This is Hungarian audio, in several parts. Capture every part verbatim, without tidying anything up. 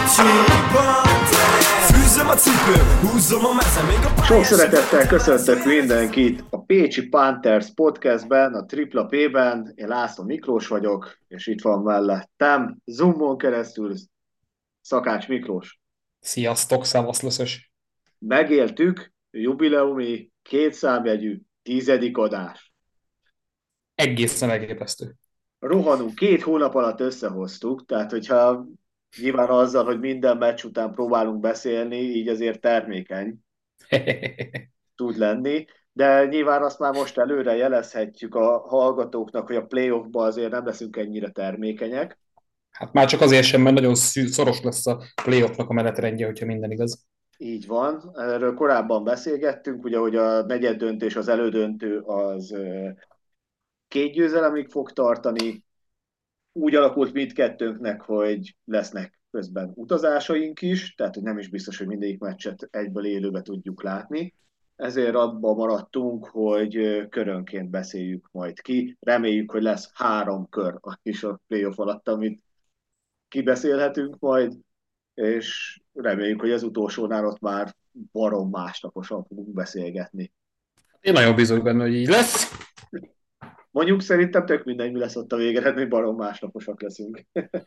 Sok szeretettel köszöntök mindenkit a Pécsi Panthers podcastben, a Tripla P-ben. Én László Miklós vagyok, és itt van mellettem Zoomon keresztül Szakács Miklós. Sziasztok, szevasz löszös. Megéltük jubileumi kétszámjegyű tizedik adás. Egészen elképesztő. Rohanunk, két hónap alatt összehoztuk, tehát hogyha nyilván azzal, hogy minden meccs után próbálunk beszélni, így azért termékeny tud lenni, de nyilván azt már most előre jelezhetjük a hallgatóknak, hogy a playoffba azért nem leszünk ennyire termékenyek. Hát már csak azért sem, mert nagyon szű- szoros lesz a playoffnak a menetrendje, hogyha minden igaz. Így van, erről korábban beszélgettünk, ugye, hogy a negyed döntő és az elődöntő az ö, két győzelemig fog tartani. Úgy alakult mindkettőnknek, hogy lesznek közben utazásaink is, tehát hogy nem is biztos, hogy mindegyik meccset egyből élőbe tudjuk látni. Ezért abban maradtunk, hogy ö, körönként beszéljük majd ki. Reméljük, hogy lesz három kör a kis a playoff alatt, amit kibeszélhetünk majd, és reméljük, hogy az utolsónál ott már barom másnaposan fogunk beszélgetni. Én nagyon bízok benne, hogy így lesz. Mondjuk szerintem tök mindegy, mi lesz ott a végeredmény, barom másnaposak leszünk.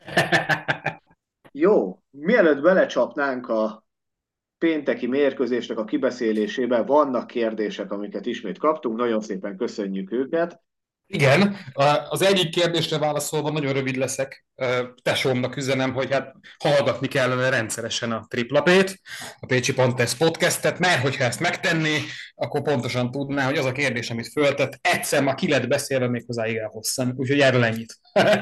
Jó, mielőtt belecsapnánk a pénteki mérkőzésnek a kibeszélésébe, vannak kérdések, amiket ismét kaptunk, nagyon szépen köszönjük őket. Igen, az egyik kérdésre válaszolva nagyon rövid leszek. Tesómnak üzenem, hogy hát hallgatni kellene rendszeresen a Triplapét, a Pécsi Panthers podcastet, mert hogyha ezt megtenné, akkor pontosan tudná, hogy az a kérdés, amit föltett, egyszer már ki lett beszélve méghozzá igen hosszan. Úgyhogy erről ennyit.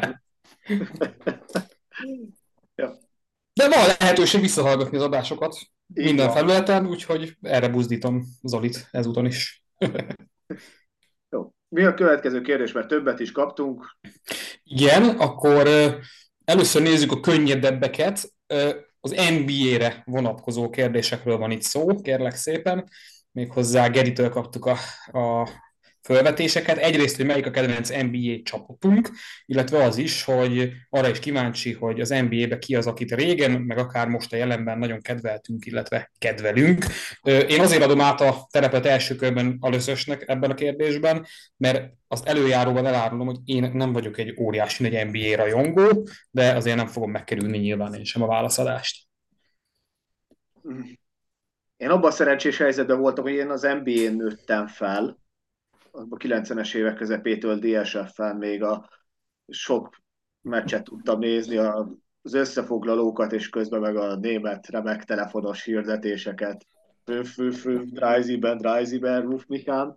Ja, De van lehetőség visszahallgatni az adásokat így minden van. felületen, úgyhogy erre buzdítom Zolit ezúton is. Jó. Mi a következő kérdés, mert többet is kaptunk. Igen, akkor ö, először nézzük a könnyedebbeket. Ö, Az en bé á-re vonatkozó kérdésekről van itt szó, kérlek szépen. Méghozzá Geritől kaptuk a, a fölvetéseket. Egyrészt, hogy melyik a kedvenc en bé á csapatunk, illetve az is, hogy arra is kíváncsi, hogy az en bé á-be ki az, akit régen, meg akár most a jelenben nagyon kedveltünk, illetve kedvelünk. Ö, Én azért adom át a terepet első körben a löszösnek ebben a kérdésben, mert azt előjáróban elárulom, hogy én nem vagyok egy óriási nagy en bé á rajongó, de azért nem fogom megkerülni nyilván én sem a válaszadást. Én abban a szerencsés helyzetben voltam, hogy én az en bé á-n nőttem fel, a kilencvenes évek közepétől dé es ef-en még a sok meccset tudtam nézni, a, az összefoglalókat, és közben meg a német remek telefonos hirdetéseket. Fő, fő, fő, Dreisiben, Dreisiben, Ruf Michán.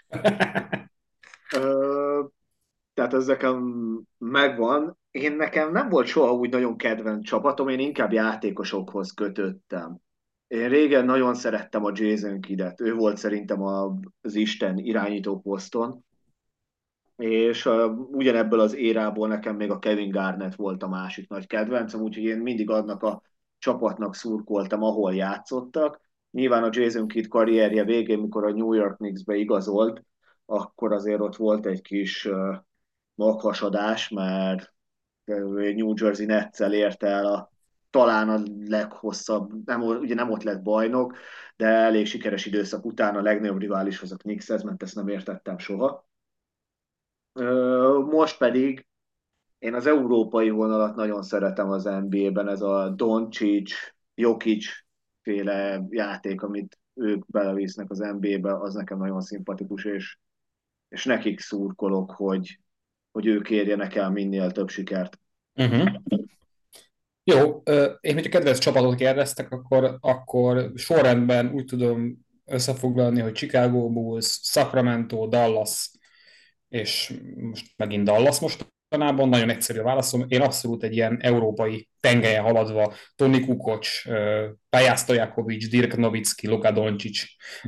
Ö, tehát ez nekem megvan. Én nekem nem volt soha úgy nagyon kedvenc csapatom, én inkább játékosokhoz kötöttem. Én régen nagyon szerettem a Jason Kiddet, ő volt szerintem a, az Isten irányító poszton, és uh, ugyanebből az érából nekem még a Kevin Garnett volt a másik nagy kedvencem, úgyhogy én mindig annak a csapatnak szurkoltam, ahol játszottak. Nyilván a Jason Kidd karrierje végén, mikor a New York Knicksbe igazolt, akkor azért ott volt egy kis uh, maghasadás, mert New Jersey Netsel érte el a talán a leghosszabb, nem, ugye nem ott lett bajnok, de elég sikeres időszak után a legnagyobb riválishoz a Knickshez ment, ezt nem értettem soha. Most pedig én az európai vonalat nagyon szeretem az en bé á-ben, ez a Doncic, Jokic féle játék, amit ők belevisznek az en bé á-be, az nekem nagyon szimpatikus, és, és nekik szurkolok, hogy, hogy ők érjenek el minél több sikert. Uh-huh. Jó, ö, én, hogyha kedvenc csapatot kérdeztek, akkor, akkor sorrendben úgy tudom összefoglalni, hogy Chicago Bulls, Sacramento, Dallas, és most megint Dallas mostanában, nagyon egyszerű a válaszom. Én abszolút egy ilyen európai tengelyen haladva Toni Kukoc, ö, Pályás Stojakovic, Dirk Nowitzki, Luka Doncic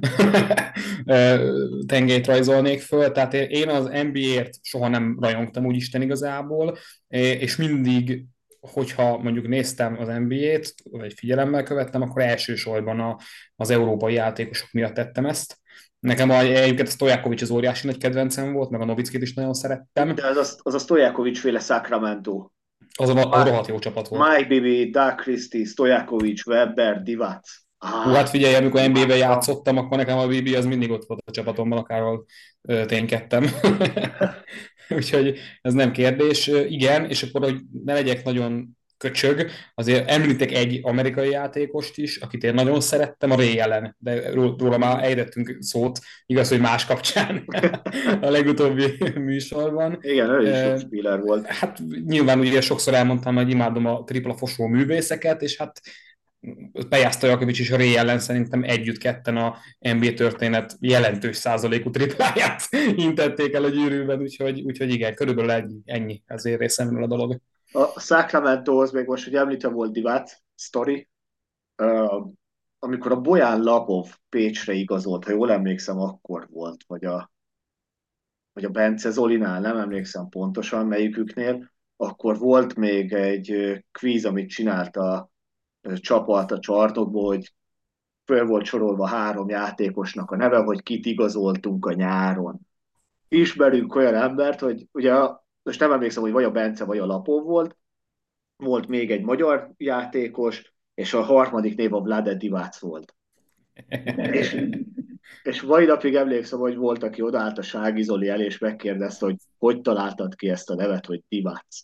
ö, tengelyt rajzolnék föl. Tehát én az en bé á-ért soha nem rajongtam úgy Isten igazából, és mindig hogyha mondjuk néztem az en bé á-t, vagy figyelemmel követtem, akkor elsősorban a, az európai játékosok miatt tettem ezt. Nekem a, egyébként a Stojakovic az óriási nagy kedvencem volt, meg a Nowitzkit is nagyon szerettem. De az a, az a Stojakovic féle Sacramento. Az, a, az Ma- rohadt jó csapat volt. Mike Bibby, Doug Christie, Stojakovic, Webber, Divac. Hú, Ah, hát figyelj, amikor en bé á-ben imádtam. játszottam, akkor nekem a bé bé az mindig ott volt a csapatomban, akárhol ö, ténykedtem. Úgyhogy ez nem kérdés. Ö, Igen, és akkor, hogy ne legyek nagyon köcsög, azért említek egy amerikai játékost is, akit én nagyon szerettem, a Ray Allen, de ró- róla már ejtettünk szót, igaz, hogy más kapcsán a legutóbbi műsorban. Igen, ő is jó Ö, spieler volt. Hát nyilván ugye sokszor elmondtam, hogy imádom a tripla fosó művészeket, és hát Peja Stojakovic és a Ray ellen szerintem együtt ketten a en bé á történet jelentős százalékú tripláját intették el a gyűrűben, úgyhogy, úgyhogy igen, körülbelül ennyi, ennyi azért részemről a dolog. A Sacramentohoz még most, hogy említve volt Divac sztori, uh, amikor a Bojan Lapov Pécsre igazolt, ha jól emlékszem, akkor volt, vagy a, vagy a Bence Zolinál, nem emlékszem pontosan melyiküknél, akkor volt még egy ö, kvíz, amit csinált a ö, csapat a csarnokból, hogy föl volt sorolva három játékosnak a neve, hogy kit igazoltunk a nyáron. Ismerünk olyan embert, hogy ugye most nem emlékszem, hogy vagy a Bence, vagy a Lapov volt, volt még egy magyar játékos, és a harmadik név a Vlade Divac volt. És, és mai napig emlékszem, hogy volt, aki odaállt a Sági Zoli elé, és megkérdezte, hogy hogy találtad ki ezt a nevet, hogy Divac.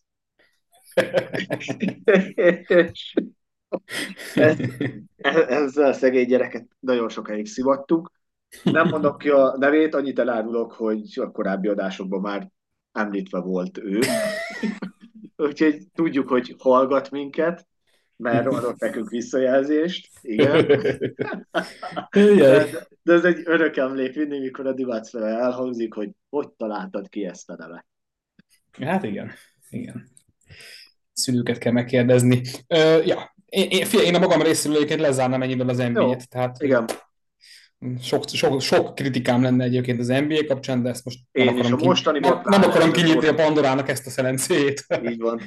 És ez, ezzel a szegény gyereket nagyon sokáig szivattuk. Nem mondok ki a nevét, annyit elárulok, hogy a korábbi adásokban már említve volt ő. Úgyhogy tudjuk, hogy hallgat minket, mert adott nekünk visszajelzést, igen. De, Jaj. de ez egy örök emlék mindig, mikor a Divac neve elhangzik, hogy hogy találtad ki ezt a nevet. Hát igen, igen. Szülőket kell megkérdezni. Ö, ja, én, én, figyelj, én a magam részéről egyébként lezárnám ennyivel az en bé á-t, Jó, tehát hogy igen. sok, sok, sok kritikám lenne egyébként az en bé á kapcsán, de ezt most nem Én is a akarom, ki, mostaniban nem, nem pláne akarom ez a kinyitni a sor. Pandorának ezt a szelencéjét. Így van.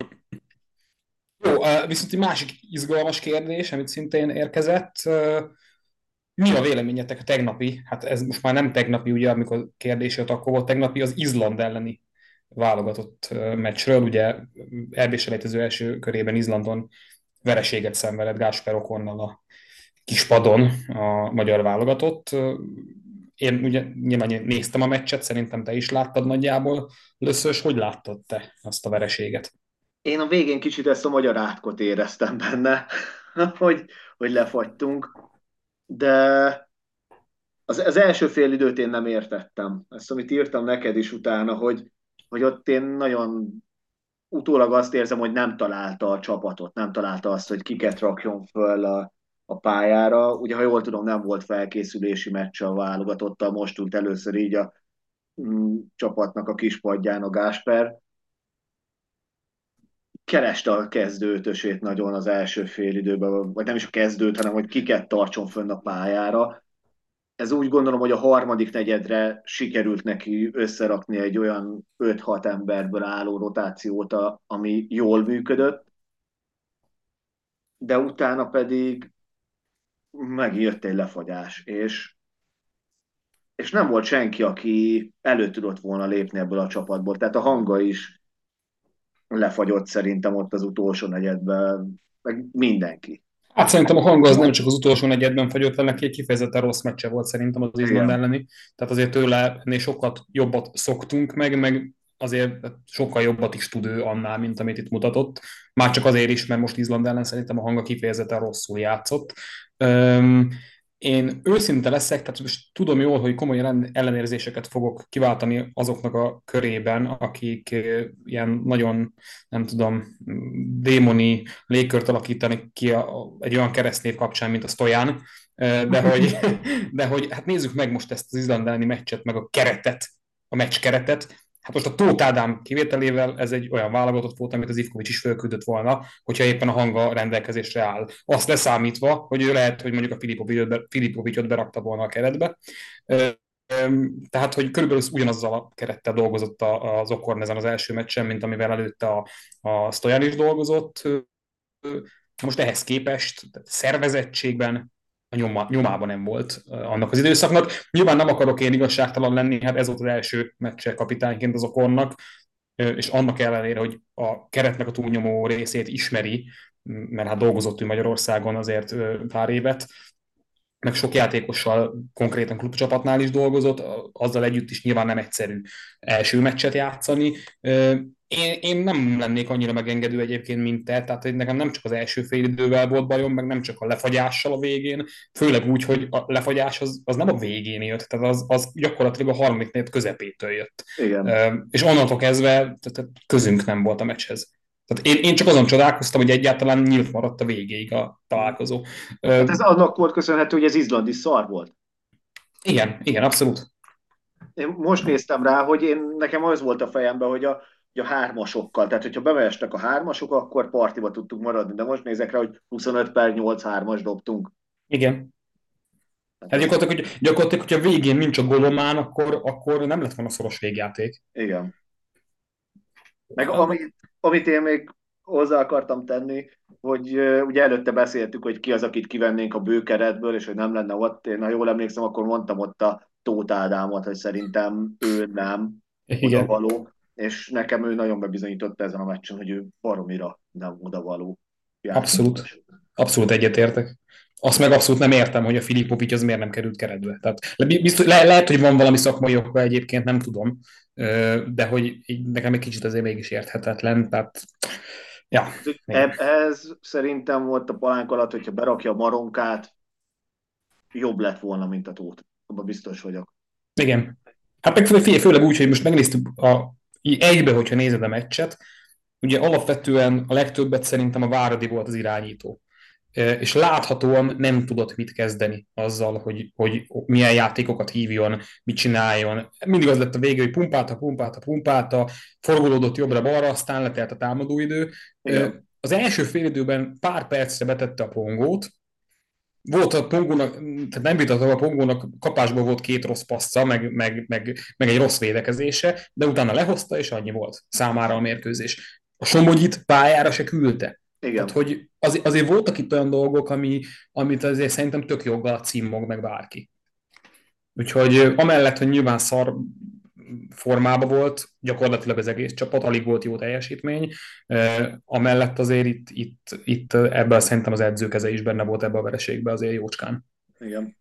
Jó, ö, viszont egy másik izgalmas kérdés, amit szintén érkezett. Ö, Mi a véleményetek a tegnapi, hát ez most már nem tegnapi, ugye, amikor kérdés jött, akkor volt tegnapi az Izland elleni válogatott ö, meccsről, ugye é bé-selejtező első körében Izlandon vereséget szenvedett Gásper Okonnal a kispadon a magyar válogatott. Én ugye nyilván néztem a meccset, szerintem te is láttad nagyjából. Először, hogy láttad te azt a vereséget? Én a végén kicsit ezt a magyar átkot éreztem benne, hogy, hogy lefagytunk, de az, az első fél időt én nem értettem. Ezt, amit írtam neked is utána, hogy, hogy ott én nagyon utólag azt érzem, hogy nem találta a csapatot, nem találta azt, hogy kiket rakjon föl a, a pályára. Ugye, ha jól tudom, nem volt felkészülési meccs a válogatottal, most ült először így a mm, csapatnak a kispadján a Gásper. Kereste a kezdő ötösét nagyon az első fél időben, vagy nem is a kezdőt, hanem hogy kiket tartson fönn a pályára. Ez úgy gondolom, hogy a harmadik negyedre sikerült neki összerakni egy olyan öt-hat emberből álló rotációt, ami jól működött, de utána pedig megjött egy lefagyás, és, és nem volt senki, aki elő tudott volna lépni ebből a csapatból. Tehát a hanga is lefagyott szerintem ott az utolsó negyedben, meg mindenki. Hát szerintem a hang az nem csak az utolsó negyedben fagyott le, neki egy kifejezetten rossz meccse volt szerintem az Izland Igen. elleni. Tehát azért tőle ennél sokat jobbat szoktunk meg, meg azért sokkal jobbat is tud ő annál, mint amit itt mutatott. Már csak azért is, mert most Izland ellen szerintem a hanga kifejezetten rosszul játszott. Öm, én őszinte leszek, tehát most tudom jól, hogy komoly ellen- ellenérzéseket fogok kiváltani azoknak a körében, akik ö, ilyen nagyon, nem tudom, démoni légkört alakítani ki a, a, egy olyan keresztnév kapcsán, mint a Stojan, de hogy, de hogy hát nézzük meg most ezt az Izland elleni meccset, meg a keretet, a meccs keretet. Hát most a Tóth Ádám kivételével ez egy olyan válogatott volt, amit az Ivkovics is fölküldött volna, hogyha éppen a hanga rendelkezésre áll. Azt leszámítva, hogy ő lehet, hogy mondjuk a Filipovicsot berakta volna a keretbe. Tehát, hogy körülbelül ugyanazzal a kerettel dolgozott az Okorn ezen az első meccsen, mint amivel előtte a, a Stojan is dolgozott. Most ehhez képest szervezettségben a nyoma, nyomában nem volt annak az időszaknak. Nyilván nem akarok én igazságtalan lenni, hát ez volt az első meccse kapitányként az Okornak. és annak ellenére, hogy a keretnek a túlnyomó részét ismeri, mert hát dolgozott ő Magyarországon azért pár évet, meg sok játékossal konkrétan klubcsapatnál is dolgozott, azzal együtt is nyilván nem egyszerű első meccset játszani. Én, én nem lennék annyira megengedő egyébként, mint te, tehát hogy nekem nem csak az első fél idővel volt bajom, meg nem csak a lefagyással a végén, főleg úgy, hogy a lefagyás az, az nem a végén jött, tehát az, az gyakorlatilag a harmadik negyed közepétől jött. Igen. És onnantól kezdve tehát közünk nem volt a meccshez. Tehát én, én csak azon csodálkoztam, hogy egyáltalán nyílt maradt a végéig a találkozó. Hát ez annak volt köszönhető, hogy ez izlandi szar volt. Igen, igen, abszolút. Én most néztem rá, hogy én, nekem az volt a fejemben, hogy a, hogy a hármasokkal, tehát hogyha bemeestek a hármasok, akkor partiba tudtuk maradni, de most nézek rá, hogy huszonöt per nyolc hármas dobtunk. Igen. Hát Hát ez, gyakorlatilag, hogy, gyakorlatilag, hogyha végén nincs a golomán, akkor, akkor nem lett volna szoros végjáték. igen. Meg amit, amit én még hozzá akartam tenni, hogy uh, ugye előtte beszéltük, hogy ki az, akit kivennénk a bőkeretből, és hogy nem lenne ott. Én, ha jól emlékszem, akkor mondtam ott a Tóth Ádámot, hogy szerintem ő nem Igen, odavaló, és nekem ő nagyon bebizonyította ezen a meccsen, hogy ő baromira nem odavaló abszolút. játékos. Abszolút egyetértek. Azt meg abszolút nem értem, hogy a Filipovics az miért nem került keretbe. Tehát le, biztos, le, lehet, hogy van valami szakmai oka egyébként, nem tudom, de hogy így nekem egy kicsit azért mégis érthetetlen. Tehát, ja, igen. E- Ez szerintem volt a palánk alatt, hogyha berakja a Maronkát, jobb lett volna, mint a Tóth. Abban biztos vagyok. Igen. Hát meg fő, főleg úgy, hogy most megnéztük a, így egybe, hogyha nézed a meccset, ugye alapvetően a legtöbbet szerintem a Váradi volt az irányító. És láthatóan nem tudott mit kezdeni azzal, hogy, hogy milyen játékokat hívjon, mit csináljon. Mindig az lett a vége, hogy pumpálta, pumpálta, pumpálta, forgolódott jobbra-balra, aztán letelt a támadóidő. Igen, Az első fél időben pár percre betette a pongót, volt a Pongónak, tehát nem vitatom, a Pongónak kapásból volt két rossz passza, meg, meg, meg, meg egy rossz védekezése, de utána lehozta, és annyi volt számára a mérkőzés. A Somogyit pályára se küldte. Tehát, igen. hogy az, azért voltak itt olyan dolgok, ami, amit azért szerintem tök joggal címmog meg bárki. Úgyhogy amellett, hogy nyilván szar formában volt, gyakorlatilag az egész csapat, alig volt jó teljesítmény, amellett azért itt, itt, itt ebben szerintem az edzőkeze is benne volt ebbe a vereségbe azért jócskán. Igen.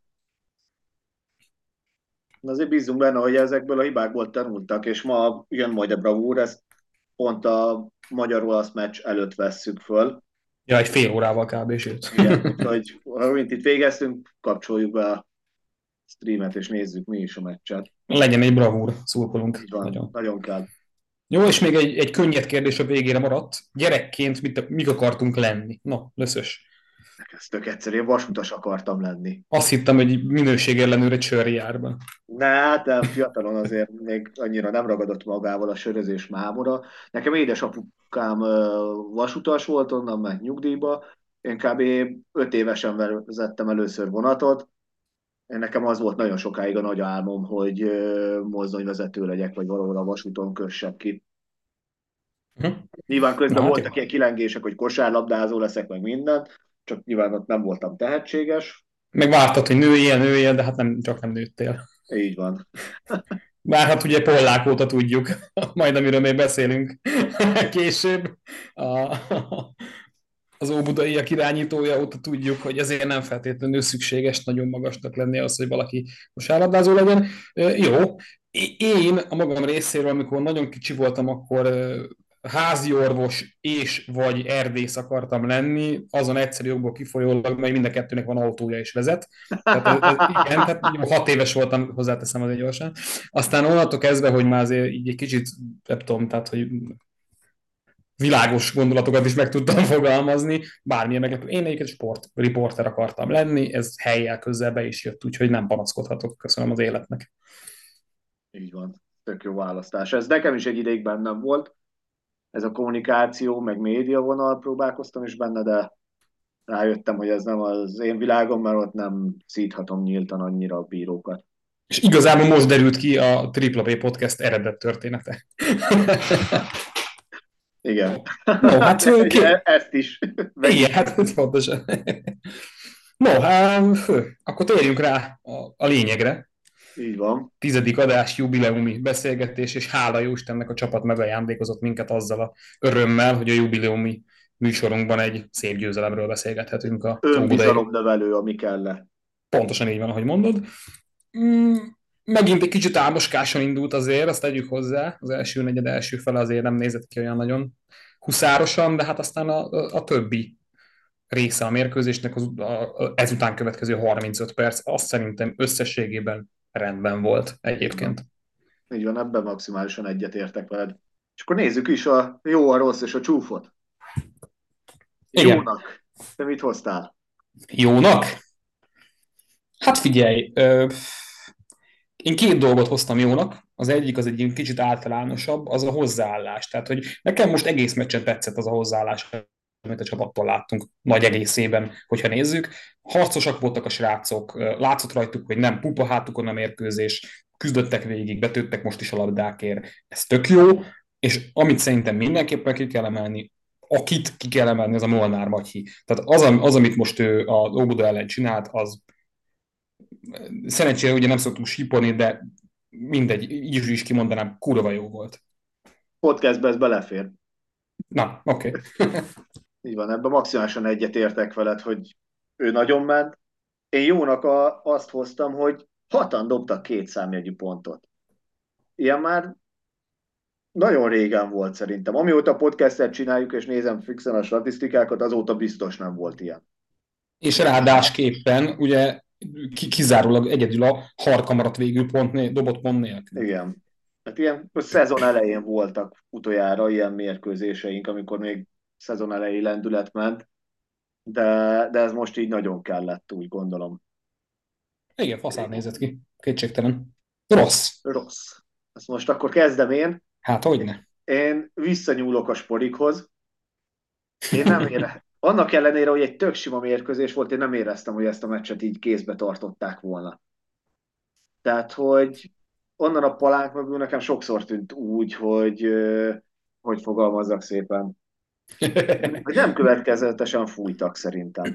Na azért bízunk benne, hogy ezekből a hibákból tanultak, és ma jön majd a bravúr, ezt pont a magyar-olasz meccs előtt vesszük föl. Ja, egy fél órával kb. Sőt. Igen, úgyhogy amint itt végeztünk, kapcsoljuk be a streamet, és nézzük mi is a meccset. Legyen egy bravúr, szurkolunk Így van, nagyon. nagyon kell. Jó, és még egy, egy könnyed kérdés a végére maradt. Gyerekként mit, mik akartunk lenni? No, löszös. Ez tök egyszerű, én vasutas akartam lenni. Azt hittem, hogy minőségellenőr egy sörjárban. Na, hát de fiatalon azért még annyira nem ragadott magával a sörözés mámora. Nekem édesapukám ö, vasutas volt, onnan ment nyugdíjba. Én kb. öt évesen vezettem először vonatot. Én nekem az volt nagyon sokáig a nagy álmom, hogy ö, mozdonyvezető legyek, vagy valahol a vasúton kössek ki. Uh-huh. Nyilván Na közben hát jó. voltak ilyen kilengések, hogy kosárlabdázó leszek, meg minden, csak nyilván ott nem voltam tehetséges. Meg vártad, hogy nőjél, nőjél, de hát nem, csak nem nőttél. Így van. Bár hát ugye Pollák óta tudjuk, majd amiről még beszélünk később, a, az óbudaiak irányítója óta tudjuk, hogy ezért nem feltétlenül szükséges nagyon magasnak lenni az, hogy valaki kosárlabdázó legyen. Jó, én a magam részéről, amikor nagyon kicsi voltam, akkor házi orvos és vagy erdész akartam lenni, azon egyszerű jogból kifolyólag, mert mind a kettőnek van autója és vezet. Tehát ez, ez, igen, tehát jó, hat éves voltam, hozzáteszem azért gyorsan. Aztán onnantól kezdve, hogy már azért így egy kicsit, nem tudom, tehát hogy világos gondolatokat is meg tudtam fogalmazni, bármilyen meglepő. Én egyébként sportriporter akartam lenni, ez helyjel közel be is jött, úgyhogy nem panaszkodhatok, köszönöm az életnek. Így van. Tök jó választás. Ez nekem is egy ideig bennem volt. Ez a kommunikáció, meg média vonal próbálkoztam is benne, de rájöttem, hogy ez nem az én világom, mert ott nem szíthatom nyíltan annyira a bírókat. És igazából most derült ki a Tripla P Podcast eredet története. Igen. No, hát ki... Ezt is. Igen, hát ez fontosan. No, hát, fő. Akkor térjünk rá a, a lényegre. így van. Tizedik adás, jubileumi beszélgetés, és hála jó Istennek a csapat megajándékozott minket azzal a örömmel, hogy a jubileumi műsorunkban egy szép győzelemről beszélgethetünk a Óbudai. Önbizalomnövelő, ami kell. Pontosan így van, ahogy mondod. Mm, megint egy kicsit álmoskásan indult azért, azt tegyük hozzá. Az első negyed első fele azért nem nézett ki olyan nagyon huszárosan, de hát aztán a, a, a többi része a mérkőzésnek az, a, a, ezután következő harmincöt perc, azt szerintem összességében rendben volt Így van. egyébként. Így van, ebben maximálisan egyetértek veled. És akkor nézzük is a jó, a rossz és a csúfot. Igen, Jónak. Te mit hoztál? jónak? Hát figyelj, ö, én két dolgot hoztam jónak. Az egyik az egy ilyen kicsit általánosabb, az a hozzáállás. Tehát, hogy nekem most egész meccsen tetszett az a hozzáállás, amit a csapattól láttunk nagy egészében, hogyha nézzük. Harcosak voltak a srácok, látszott rajtuk, hogy nem pupa hátukon a mérkőzés, küzdöttek végig, betőttek most is a labdákért. Ez tök jó, és amit szerintem mindenképpen ki kell emelni, akit ki kell emelni, az a Molnár Matyi. Tehát az, az amit most ő az Óbuda ellen csinált, az szerencsére ugye nem szoktunk sípolni, de mindegy, így is, is kimondanám, kurva jó volt. Podcastbe ez belefér. Na, oké. Okay. Így van, ebben maximálisan egyetértek veled, hogy ő nagyon ment. Én jónak a, azt hoztam, hogy hatan dobtak két számjegyű pontot. Ilyen már nagyon régen volt szerintem. Amióta podcastet csináljuk, és nézem fixen a statisztikákat, azóta biztos nem volt ilyen. És ráadásképpen ugye kizárólag egyedül a harka maradt végül pont né, dobott pont nélkül. Igen. Hát ilyen a szezon elején voltak utoljára ilyen mérkőzéseink, amikor még szezon elejé lendület ment, de, de ez most így nagyon kellett, úgy gondolom. Igen, faszán nézett ki. Kétségtelen. Rossz. Rossz. Ezt most akkor kezdem én. Hát, hogy ne. Én visszanyúlok a sporikhoz. Én nem ére. Annak ellenére, hogy egy tök sima mérkőzés volt, én nem éreztem, hogy ezt a meccset így kézbe tartották volna. Tehát, hogy onnan a palánk mögül nekem sokszor tűnt úgy, hogy, hogy fogalmazzak szépen, hogy nem következetesen fújtak szerintem.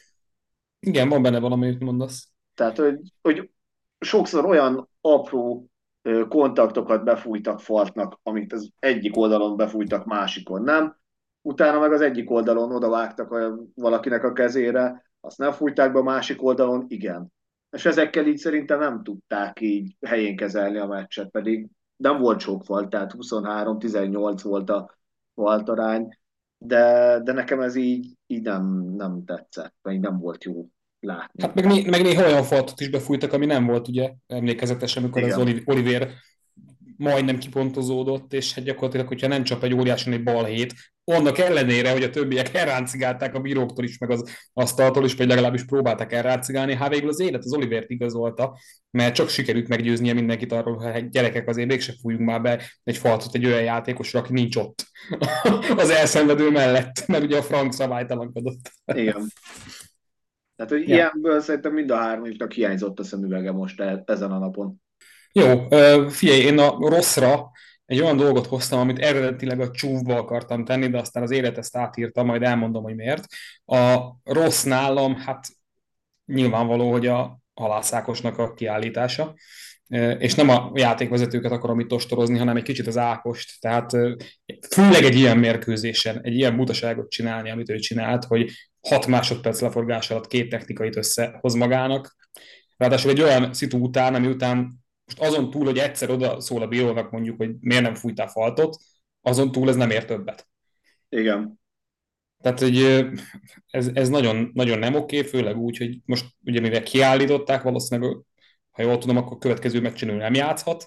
Igen, van benne valami, amit mondasz. Tehát, hogy, hogy sokszor olyan apró kontaktokat befújtak faltnak, amit az egyik oldalon befújtak, másikon nem. Utána meg az egyik oldalon odavágtak a, valakinek a kezére, azt nem fújták be, a másik oldalon igen. És ezekkel így szerintem nem tudták így helyén kezelni a meccset, pedig nem volt sok fal, tehát huszonhárom tizennyolc volt a faltarány, de, de nekem ez így, így nem, nem tetszett, vagy nem volt jó látni. Hát meg, né- meg néha olyan faltot is befújtak, ami nem volt ugye emlékezetes, amikor az Igen, Oliv- Oliver majdnem kipontozódott, és hát gyakorlatilag, hogyha nem csap egy óriási egy balhét, annak ellenére, hogy a többiek elráncigálták a bíróktól is, meg az asztaltól is, vagy legalábbis próbálták elráncigálni, hát végül az élet az Olivert igazolta, mert csak sikerült meggyőznie mindenkit arról, hogy hát gyerekek, azért mégse fújjunk már be egy faltot egy olyan játékosra, aki nincs ott az elszenvedő mellett, mert ugye a Frank szabálytalankodott. igen. Tehát, hogy Ja. ilyenből szerintem mind a hármuknak hiányzott a szemüvege most e- ezen a napon. Jó, ö, figyelj, én a rosszra egy olyan dolgot hoztam, amit eredetileg a csúfba akartam tenni, de aztán az élet ezt átírta, majd elmondom, hogy miért. A rossz nálam, hát nyilvánvaló, hogy a halászákosnak a kiállítása, Ö, és nem a játékvezetőket akarom itt ostorozni, hanem egy kicsit az Ákost. Tehát ö, főleg egy ilyen mérkőzésen, egy ilyen butaságot csinálni, amit ő csinált, hogy hat másodperc leforgás alatt két technikait összehoz magának. Ráadásul egy olyan szitu után, ami után most azon túl, hogy egyszer oda szól a bírónak mondjuk, hogy miért nem fújtál faltot, azon túl ez nem ér többet. Igen. Tehát, hogy ez, ez nagyon, nagyon nem oké, főleg úgy, hogy most ugye mivel kiállították, valószínűleg, ha jól tudom, akkor következő meccsen ő nem játszhat.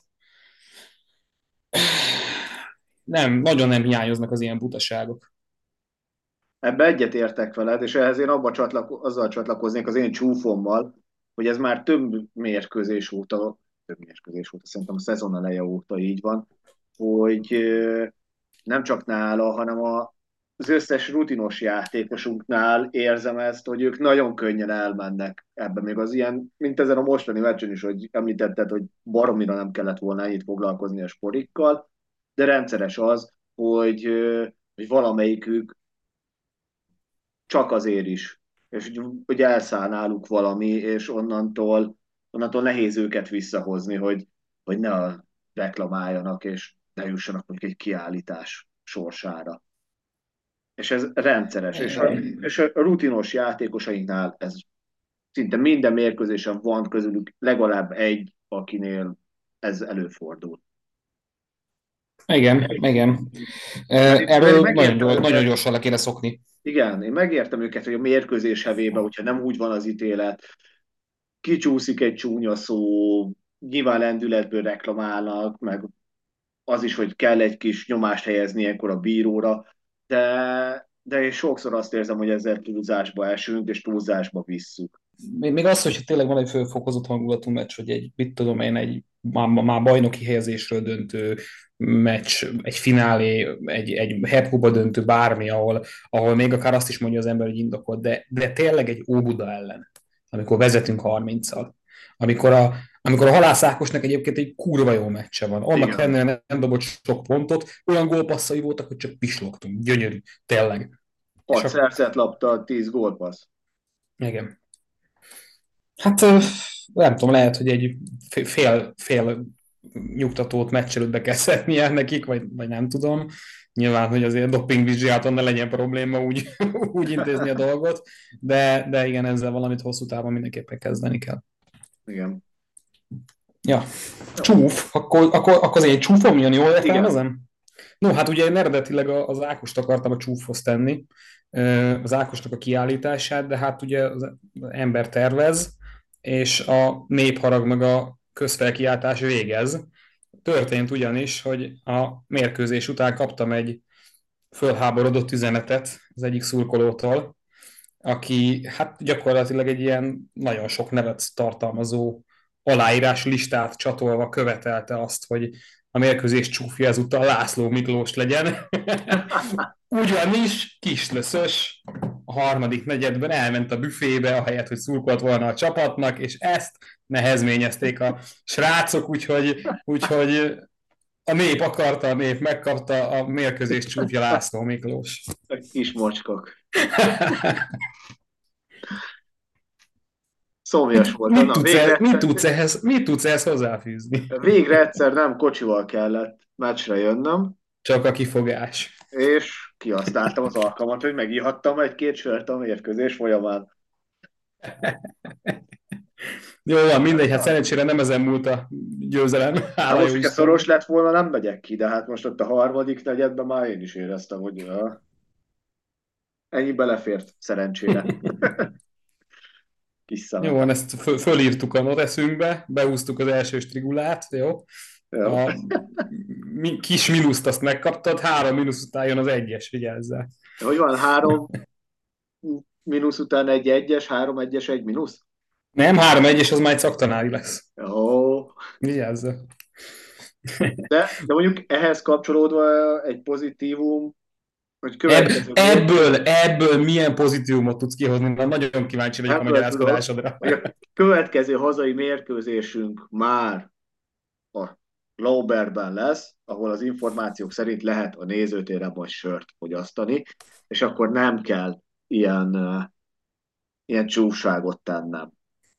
Nem, nagyon nem hiányoznak az ilyen butaságok. Ebbe egyet értek veled, és ehhez én abba csatlako- azzal csatlakoznék az én csúfommal, hogy ez már több mérkőzés óta, több mérkőzés óta, szerintem a szezon eleje óta így van, hogy ö, nem csak nála, hanem a, az összes rutinos játékosunknál érzem ezt, hogy ők nagyon könnyen elmennek ebbe, még az ilyen, mint ezen a mostani meccsen is, hogy említetted, hogy baromira nem kellett volna ennyit foglalkozni a sporikkal, de rendszeres az, hogy, ö, hogy valamelyikük csak azért is, és hogy, hogy elszáll náluk valami, és onnantól, onnantól nehéz őket visszahozni, hogy, hogy ne reklamáljanak, és ne jussanak mondjuk egy kiállítás sorsára. És ez rendszeres, és a, és a rutinos játékosainknál ez szinte minden mérkőzésen van közülük legalább egy, akinél ez előfordul. Igen, igen. Mert, Eh, én- mert én Erről nagyon, megértem gyors, nagyon őket, gyorsan le kéne szokni. igen, én megértem őket, hogy a mérkőzés hevébe, hogyha nem úgy van az ítélet, kicsúszik egy csúnya szó, nyilván lendületből reklamálnak, meg az is, hogy kell egy kis nyomást helyezni ilyenkor a bíróra, de, de én sokszor azt érzem, hogy ezzel túlzásba esünk, és túlzásba visszük. Még, még az, hogyha tényleg van egy fölfokozott hangulatú meccs, hogy egy, mit tudom én, egy már, már bajnoki helyezésről döntő meccs, egy finálé, egy, egy herkuba döntő, bármi, ahol, ahol még akár azt is mondja az ember, hogy indokolt, de, de tényleg egy Óbuda ellen, amikor vezetünk harminccal, amikor a, amikor a Halász Ákosnak egyébként egy kurva jó meccse van. Annak Igen, ellenére nem dobott sok pontot, olyan gólpasszai voltak, hogy csak pislogtunk. Gyönyörű, tényleg. És hat akkor, szerzett labda, tíz gólpassz. igen. Hát ö, nem tudom, lehet, hogy egy fél, fél nyugtatót meccs előtt be kell szednie nekik, vagy, vagy nem tudom. Nyilván, hogy azért dopingvizsgálaton ne legyen probléma úgy, úgy intézni a dolgot, de, de igen, ezzel valamit hosszú távon mindenképpen kezdeni kell. Igen. Ja, Jó. csúf, akkor, akkor, akkor azért egy csúfom jön, jól Igen. értelmezem? No, hát ugye én eredetileg a- az Ákost akartam a csúfhoz tenni, ö, az Ákosnak a kiállítását, de hát ugye az ember tervez, és a népharag meg a közfelkiáltás végez. Történt ugyanis, hogy a mérkőzés után kaptam egy fölháborodott üzenetet az egyik szurkolótól, aki hát gyakorlatilag egy ilyen nagyon sok nevet tartalmazó aláírás listát csatolva követelte azt, hogy a mérkőzés csúfja ezúttal László Miklós legyen. Ugyanis kislöszös a harmadik negyedben elment a büfébe, ahelyett, hogy szurkolt volna a csapatnak, és ezt nehezményezték a srácok, úgyhogy, úgyhogy a nép akarta, a nép megkapta, a mérkőzés csúfja László Miklós. Kis mocskok. Szomjas volt. Mit Na, tudsz, végre el, mit egyszer, tudsz ehhez, mit tudsz ehhez hozzáfűzni? végre egyszer nem kocsival kellett meccsre jönnöm, Csak a kifogás. és kihasználtam az alkalmat, hogy megihattam egy-két sört a mérkőzés folyamán. Jó van, mindegy, hát szerencsére nem ezen múlt a győzelem, Hát hála most, jó hogyha szoros Istennek. lett volna, nem megyek ki, de hát most ott a harmadik negyedben már én is éreztem, hogy ja, ennyi belefért, szerencsére. Kis Jó szemetek. van, ezt föl, fölírtuk a noteszünkbe, behúztuk az első strigulát, jó? Jó. A mi, kis mínuszt azt megkaptad, három mínusz után jön az egyes, vigyázzál. Hogy van, három mínusz után egy egyes, három egyes, egy mínusz? Nem, három egyes, az már egy szaktanári lesz. Jó. Vigyázzál. De, de mondjuk ehhez kapcsolódva egy pozitívum, hogy Ebb, következő ebből, mérkőzés, ebből milyen pozitívumot tudsz kihozni? Na, nagyon kíváncsi vagyok a ebből tudok, magyarázkodásodra. hogy a következő hazai mérkőzésünk már a Lauberben lesz, ahol az információk szerint lehet a nézőtéren majd sört fogyasztani, és akkor nem kell ilyen, uh, ilyen csúfságot tennem.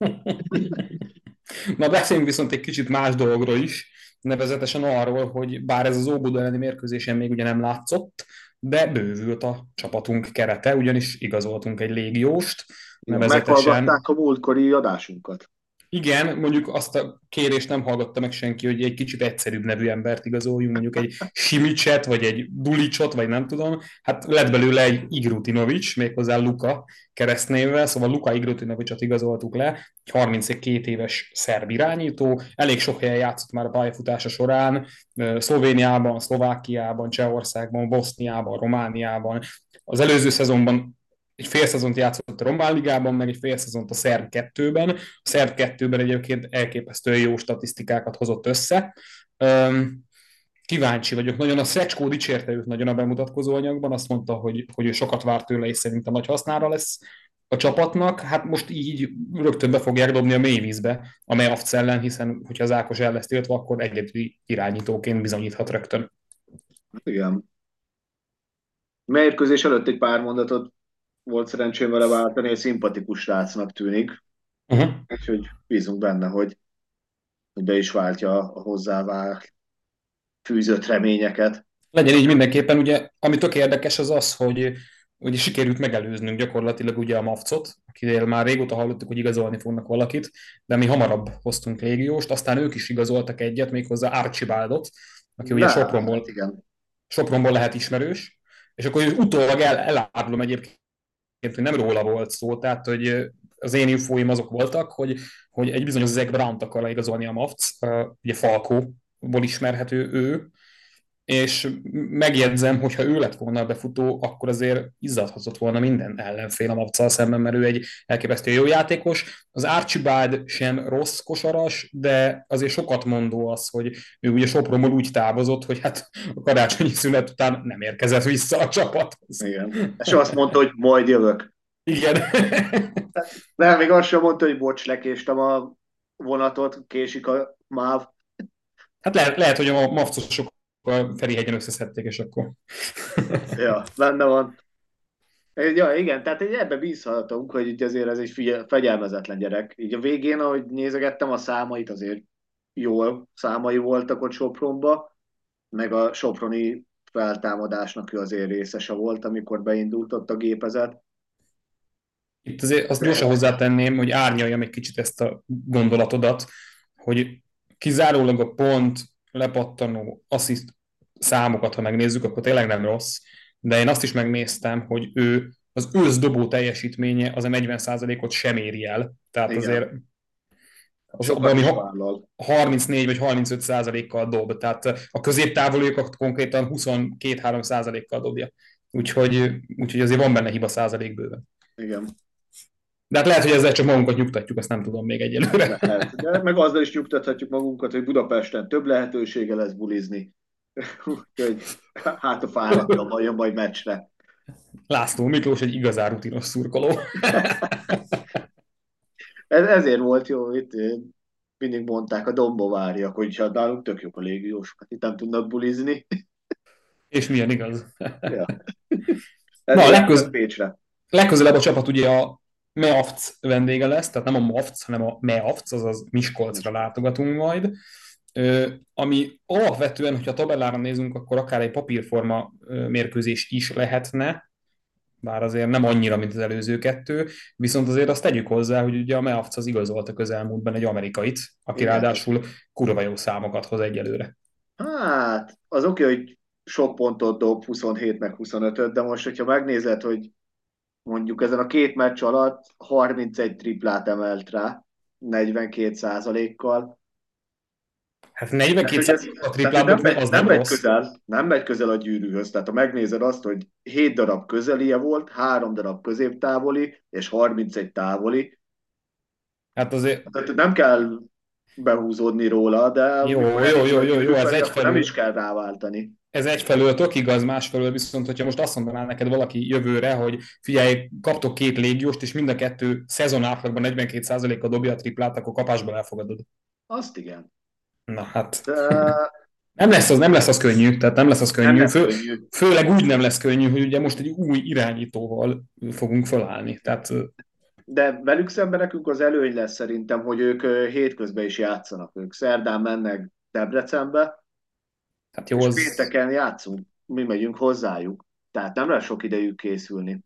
Na, beszéljünk viszont egy kicsit más dologról is, nevezetesen arról, hogy bár ez az Óbuda elleni mérkőzésen még ugye nem látszott, de bővült a csapatunk kerete, ugyanis igazoltunk egy légióst, Igen, nevezetesen meghallgatták a múltkori adásunkat. igen, mondjuk azt a kérést nem hallgatta meg senki, hogy egy kicsit egyszerűbb nevű embert igazoljunk, mondjuk egy Simicset, vagy egy Dulicsot, vagy nem tudom. Hát lett belőle egy Igrutinovics, méghozzá Luka keresztnévvel, szóval Luka Igrutinovicsot igazoltuk le, egy harminckét éves szerb irányító, elég sok helyen játszott már a pályafutása során, Szlovéniában, Szlovákiában, Csehországban, Boszniában, Romániában. Az előző szezonban egy fél szezont játszott a Román Ligában, meg egy fél szezont a Szerb kettőben. A Szerb kettőben egyébként elképesztően jó statisztikákat hozott össze. Kíváncsi vagyok nagyon. A Szecskó dicsérte őt nagyon a bemutatkozó anyagban, azt mondta, hogy, hogy ő sokat vár tőle, és szerintem nagy hasznára lesz a csapatnak. Hát most így rögtön be fogják dobni a mélyvízbe a Meavc ellen, hiszen hogyha az Ákos el lesz tiltva, akkor egyedüli irányítóként bizonyíthat rögtön. Igen. Mérkőzés előtt egy pár mondatot volt szerencsém vele váltani, egy szimpatikus srácnak tűnik. Uh-huh. Úgyhogy bízunk benne, hogy, hogy be is váltja a hozzává fűzött reményeket. Legyen így mindenképpen, ugye, ami tök érdekes az az, hogy ugye sikerült megelőznünk gyakorlatilag ugye a Mavcot, akiről már régóta hallottuk, hogy igazolni fognak valakit, de mi hamarabb hoztunk légióst, aztán ők is igazoltak egyet, méghozzá Archibaldot, aki ugye De, hát Sopronból, igen, Sopronból lehet ismerős, és akkor utólag el, elárulom egyébként, hogy nem róla volt szó, tehát hogy az én infóim azok voltak, hogy, hogy egy bizonyos Zach Brown-t akar igazolni a Mavc, ugye Falkóból ismerhető ő, és megjegyzem, hogy ha ő lett volna a befutó, akkor azért izzadhatott volna minden ellenfél a Mavccal szemben, mert ő egy elképesztő jó játékos. Az Archibald sem rossz kosaras, de azért sokat mondó az, hogy ő ugye Sopronból úgy távozott, hogy hát a karácsonyi szünet után nem érkezett vissza a csapathoz. igen. És azt mondta, hogy majd jövök. Igen. De még azt sem mondta, hogy bocs, lekéstem a vonatot, késik a máv. Hát lehet, lehet hogy a mavcosok a Ferihegyen összeszedték, és akkor... Ja, benne van. Ja, igen, tehát így ebbe bízhatunk, hogy így azért ez egy figye- fegyelmezetlen gyerek. Így a végén, ahogy nézegettem a számait, azért jól számai voltak ott Sopronba, meg a soproni feltámadásnak ő azért részese volt, amikor beindult ott a gépezet. Itt azért azt gyorsan De hozzátenném, hogy árnyaljam egy kicsit ezt a gondolatodat, hogy kizárólag a pont, lepattanó, assziszt számokat, ha megnézzük, akkor tényleg nem rossz, de én azt is megnéztem, hogy ő az őszdobó teljesítménye az a negyven százalékot sem éri el. Tehát azért igen, az sokat valami is ha- vállal. harmincnégy vagy harmincöt százalékkal dob, tehát a középtávolókat konkrétan huszonkettő-három százalékkal dobja. Úgyhogy, úgyhogy azért van benne hiba százalék bőven. Igen, De hát lehet, hogy ezzel csak magunkat nyugtatjuk, azt nem tudom még egyelőre. lehet. De meg azzal is nyugtathatjuk magunkat, hogy Budapesten több lehetősége lesz bulizni. Úgyhogy hát a fáradtabban jön majd meccsre. László Miklós egy igazán rutinos szurkoló. Ez, ezért volt jó, itt eh, mindig mondták a dombováriak, hogy hát nálunk tök jók a légiósok, hát itt nem tudnak bulizni. És milyen igaz. Ja. Na, a Ezért jött legköz, Pécsre. legközelebb a csapat ugye a Meavc vendége lesz, tehát nem a Mavc, hanem a Meavc, azaz Miskolcra látogatunk majd. Ö, ami alapvetően, hogyha tabellára nézünk, akkor akár egy papírforma ö, mérkőzés is lehetne, bár azért nem annyira, mint az előző kettő, viszont azért azt tegyük hozzá, hogy ugye a Meavc az igazolta közelmúltban egy amerikait, aki Igen. ráadásul kurva jó számokat hoz egyelőre. Hát, az oké, hogy sok pontot dob, huszonhét meg huszonöt, de most, hogyha megnézed, hogy mondjuk ezen a két meccs alatt harmincegy triplát emelt rá, negyvenkét százalékkal. Hát Tehát, hogy ez, negyvenkét a tehát, hogy nem triplából megy, az nem nem megy rossz. közel, nem megy közel a gyűrűhöz. Tehát ha megnézed azt, hogy hét darab közelie volt, három darab középtávoli, és harmincegy távoli, Hát azért tehát nem kell behúzódni róla, de jó, amikor jó, elindul jó, a jó, jó, gyűrű ez felé, akkor nem egyfelől, is kell ráváltani. ez egyfelől tök igaz, másfelől viszont, hogyha most azt mondaná neked valaki jövőre, hogy figyelj, kaptok két légióst, és mind a kettő szezon átlagban negyvenkét százalékkal dobja a triplát, akkor kapásból elfogadod. Azt igen. Na hát, De nem lesz az, nem lesz az könnyű, tehát nem lesz az nem könnyű, lesz fő, könnyű. főleg úgy nem lesz könnyű, hogy ugye most egy új irányítóval fogunk felállni. Tehát De velük szemben nekünk az előny lesz szerintem, hogy ők ö, hétközben is játszanak. Ők szerdán mennek Debrecenbe, hát jó, és az pénteken játszunk. Mi megyünk hozzájuk. Tehát nem lesz sok idejük készülni.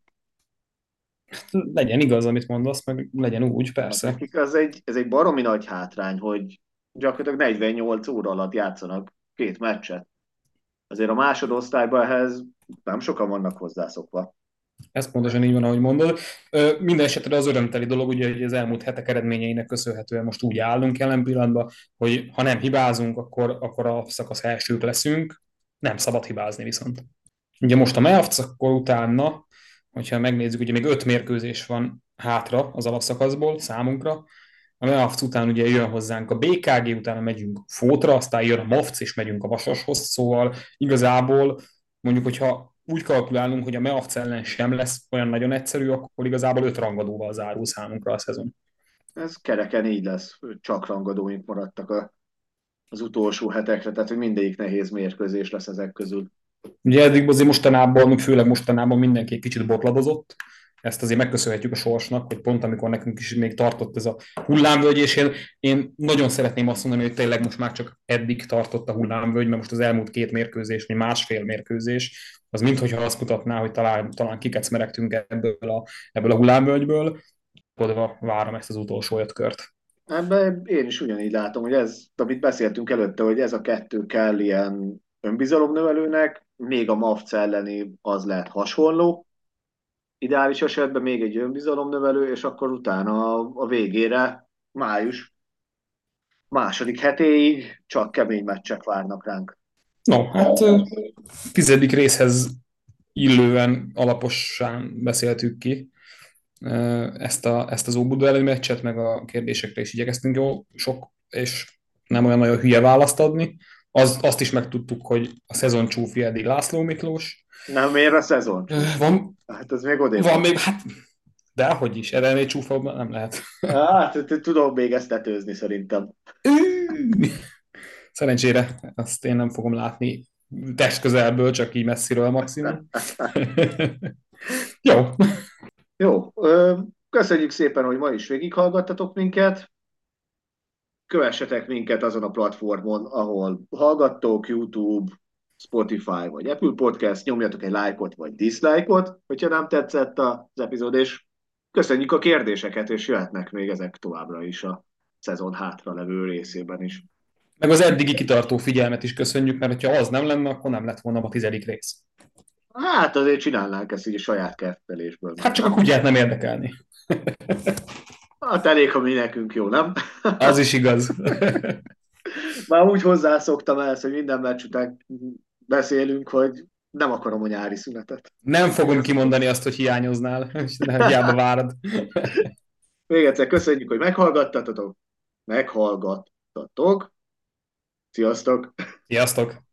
legyen igaz, amit mondasz, meg legyen úgy, Hát persze. nekik az egy, ez egy baromi nagy hátrány, hogy gyakorlatilag negyvennyolc óra alatt játszanak két meccset. Azért a másodosztályban ehhez nem sokan vannak hozzászokva. Ez pontosan így van, ahogy mondod. Ö, Minden esetre az örömteli dolog, ugye, hogy az elmúlt hetek eredményeinek köszönhetően most úgy állunk jelen pillanatban, hogy ha nem hibázunk, akkor, akkor a szakasz elsők leszünk. Nem szabad hibázni viszont. Ugye most a Meavc, akkor utána, hogyha megnézzük, ugye még öt mérkőzés van hátra az alapszakaszból számunkra. A Meavc után ugye jön hozzánk a bé ká gé, utána megyünk Fótra, aztán jön a Mavc, és megyünk a Vasashoz, szóval igazából mondjuk, hogyha úgy kalkulálunk, hogy a Meavc ellen sem lesz olyan nagyon egyszerű, akkor igazából öt rangadóval zárul számunkra a szezon. Ez kereken így lesz. Csak rangadóink maradtak a, az utolsó hetekre, tehát hogy mindegyik nehéz mérkőzés lesz ezek közül. Ugye eddig azért mostanában, főleg mostanában mindenki egy kicsit botladozott, ezt azért megköszönhetjük a sorsnak, hogy pont amikor nekünk is még tartott ez a hullámvölgy, és én, én nagyon szeretném azt mondani, hogy tényleg most már csak eddig tartott a hullámvölgy, mert most az elmúlt két mérkőzés, vagy másfél mérkőzés, az minthogyha azt mutatná, hogy talán, talán kikecmeregtünk ebből a, ebből a hullámvölgyből. Kodva várom ezt az utolsó öt kört. Ebben én is ugyanígy látom, hogy ez, amit beszéltünk előtte, hogy ez a kettő kell ilyen önbizalomnövelőnek, még a MAFC elleni az lehet hasonló, ideális esetben még egy önbizalomnövelő, és akkor utána a, a végére, május második hetéig csak kemény meccsek várnak ránk. No, hát ö, tizedik részhez illően alaposan beszéltük ki ö, ezt, a, ezt az Óbuda elleni meccset, meg a kérdésekre is igyekeztünk jó sok, és nem olyan nagyon hülye választ adni. Az, azt is megtudtuk, hogy a szezon csúfja eddig László Miklós. Nem ér a szezon Ö, csúcs. Van, Hát ez még odébb van van. még, hát, de hogy is, erre ennél csúfabb nem lehet. Hát, t- tudom még ezt tetőzni szerintem. Szerencsére azt én nem fogom látni testközelből, csak így messziről maximum. Jó, Jó, ö, köszönjük szépen, hogy ma is végighallgattatok minket. Kövessetek minket azon a platformon, ahol hallgattok, YouTube, Spotify vagy Apple Podcast, nyomjatok egy lájkot vagy dislike-ot, hogyha nem tetszett az epizód, és köszönjük a kérdéseket, és jöhetnek még ezek továbbra is a szezon hátra levő részében is. meg az eddigi kitartó figyelmet is köszönjük, mert ha az nem lenne, akkor nem lett volna a tizedik rész. Hát azért csinálnánk ezt így a saját kertelésből, Hát meg csak a nem? kutyát nem érdekelni. Hát elég, ha mi nekünk jó, nem? Az is igaz. Már úgy hozzászoktam ehhez, hogy minden meccs után beszélünk, hogy nem akarom a nyári szünetet. Nem fogom kimondani azt, hogy hiányoznál, és ne hiába várad. Még egyszer köszönjük, hogy meghallgattatok. Meghallgattatok. Sziasztok! Sziasztok!